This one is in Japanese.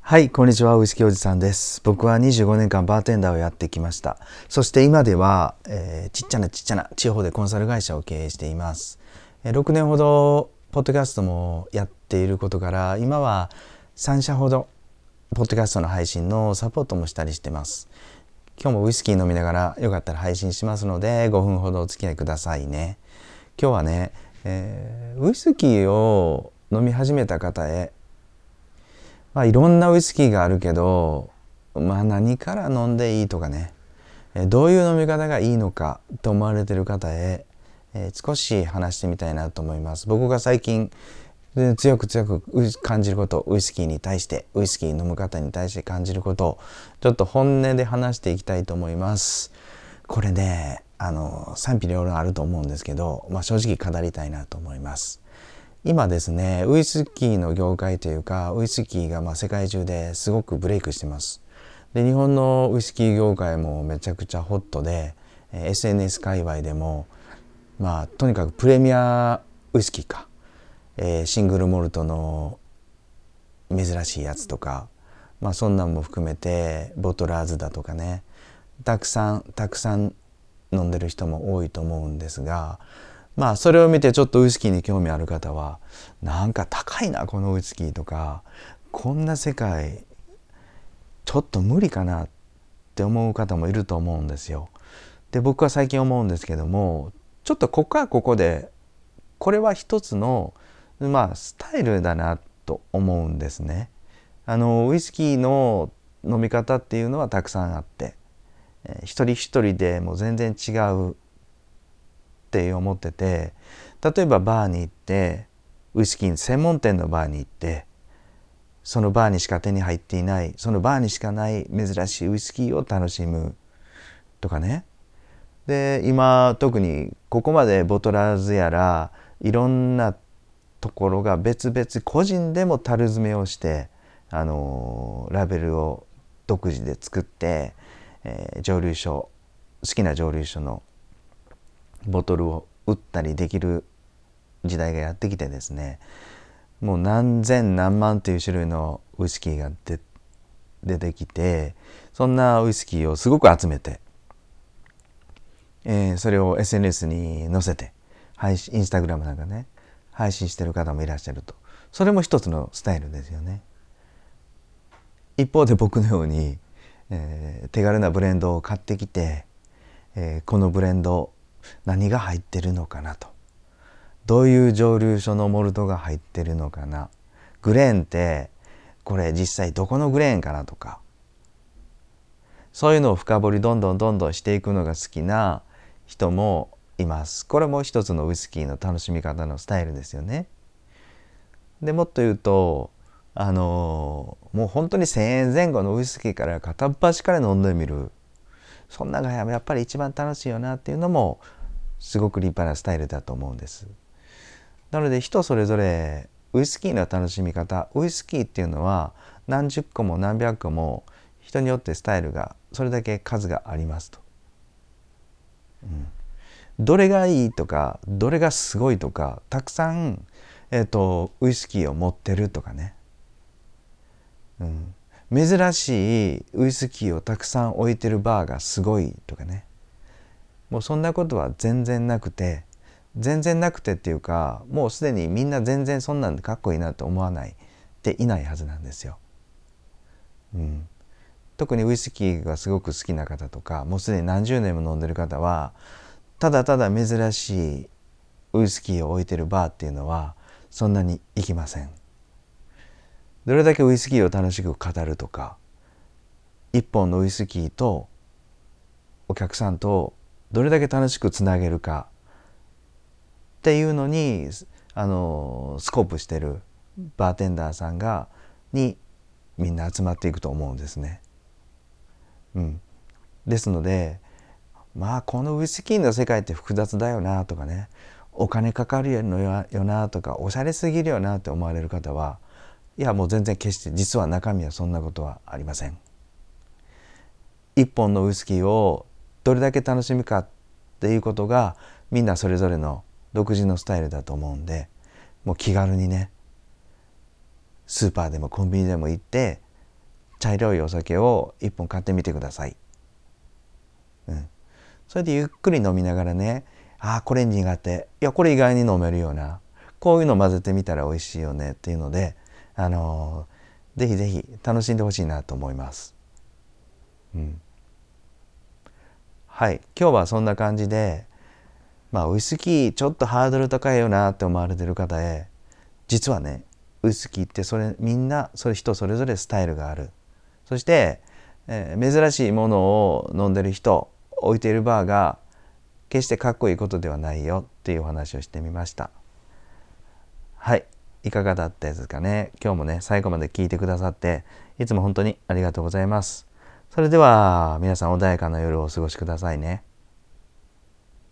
はい、こんにちは。ウイスキーおじさんです。僕は25年間バーテンダーをやってきました。そして今では、ちっちゃな地方でコンサル会社を経営しています。6年ほどポッドキャストもやっていることから、今は3社ほどポッドキャストの配信のサポートもしたりしてます。今日もウイスキー飲みながらよかったら配信しますので、5分ほどお付き合いくださいね。今日はね、ウイスキーを飲み始めた方へ、いろんなウイスキーがあるけど、何から飲んでいいとかね、どういう飲み方がいいのかと思われている方へ、少し話してみたいなと思います。僕が最近強く感じること、ウイスキーに対して、ウイスキー飲む方に対して感じることをちょっと本音で話していきたいと思います。これね、賛否両論あると思うんですけど、正直語りたいなと思います。今ですね、ウイスキーの業界というか、ウイスキーが世界中ですごくブレイクしてます。で、日本のウイスキー業界もめちゃくちゃホットで、SNS 界隈でも、とにかくプレミアウイスキーか、シングルモルトの珍しいやつとか、そんなんも含めて、ボトラーズだとかね、たくさん飲んでる人も多いと思うんですが、それを見てちょっとウイスキーに興味ある方は、なんか高いなこのウイスキーとか、こんな世界ちょっと無理かなって思う方もいると思うんですよ。で、僕は最近思うんですけども、ちょっとここはここで、これは一つのスタイルだなと思うんですね。ウイスキーの飲み方っていうのはたくさんあって、一人一人でもう全然違うって思ってて、例えばバーに行って、ウイスキー専門店のバーに行って、そのバーにしか手に入っていない、そのバーにしかない珍しいウイスキーを楽しむとかね。で、今特にここまでボトラーズやらいろんなところが別々個人でも樽詰めをして、ラベルを独自で作って、蒸留所、好きな蒸留所のボトルを売ったりできる時代がやってきてですね、もう何千何万という種類のウイスキーが出てきて、そんなウイスキーをすごく集めて、それを SNS に載せてインスタグラムなんかね配信してる方もいらっしゃると。それも一つのスタイルですよね。一方で僕のように、手軽なブレンドを買ってきて、このブレンド何が入ってるのかなと、どういう蒸留所のモルトが入ってるのかな、グレーンってこれ実際どこのグレーンかなとか、そういうのを深掘りどんどんしていくのが好きな人もいます。これも一つのウイスキーの楽しみ方のスタイルですよね。でもっと言うと、もう本当に1,000円前後のウイスキーから片っ端から飲んでみる、そんなのがやっぱり一番楽しいよなっていうのもすごく立派なスタイルだと思うんです。なので人それぞれウイスキーの楽しみ方、ウイスキーっていうのは何十個も何百個も人によってスタイルがそれだけ数がありますと。どれがいいとかどれがすごいとか、たくさん、ウイスキーを持ってるとかね、珍しいウイスキーをたくさん置いてるバーがすごいとかね、もうそんなことは全然なくて、っていうか、もうすでにみんな全然そんなんでかっこいいなと思わないっていないはずなんですよ。特にウイスキーがすごく好きな方とか、もうすでに何十年も飲んでる方は、ただただ珍しいウイスキーを置いてるバーっていうのはそんなに行きません。どれだけウイスキーを楽しく語るとか、一本のウイスキーとお客さんとどれだけ楽しくつなげるかっていうのにスコープしてるバーテンダーさんにみんな集まっていくと思うんですね。ですので、このウイスキーの世界って複雑だよなとかね、お金かかるよなとか、おしゃれすぎるよなって思われる方は、いやもう全然決して実は中身はそんなことはありません。一本のウイスキーをどれだけ楽しむかっていうことがみんなそれぞれの独自のスタイルだと思うんで、もう気軽にね、スーパーでもコンビニでも行って茶色いお酒を一本買ってみてください。それでゆっくり飲みながらね、これ苦手、いやこれ意外に飲めるよな、こういうの混ぜてみたら美味しいよねっていうので、ぜひぜひ楽しんでほしいなと思います。はい、今日はそんな感じで、ウイスキーちょっとハードル高いよなって思われてる方へ、実はね、ウイスキーってみんな人それぞれスタイルがある。そして、珍しいものを飲んでる人、置いているバーが決してかっこいいことではないよっていうお話をしてみました。はい、いかがだったですかね。今日もね、最後まで聞いてくださっていつも本当にありがとうございます。それでは皆さん穏やかな夜をお過ごしくださいね。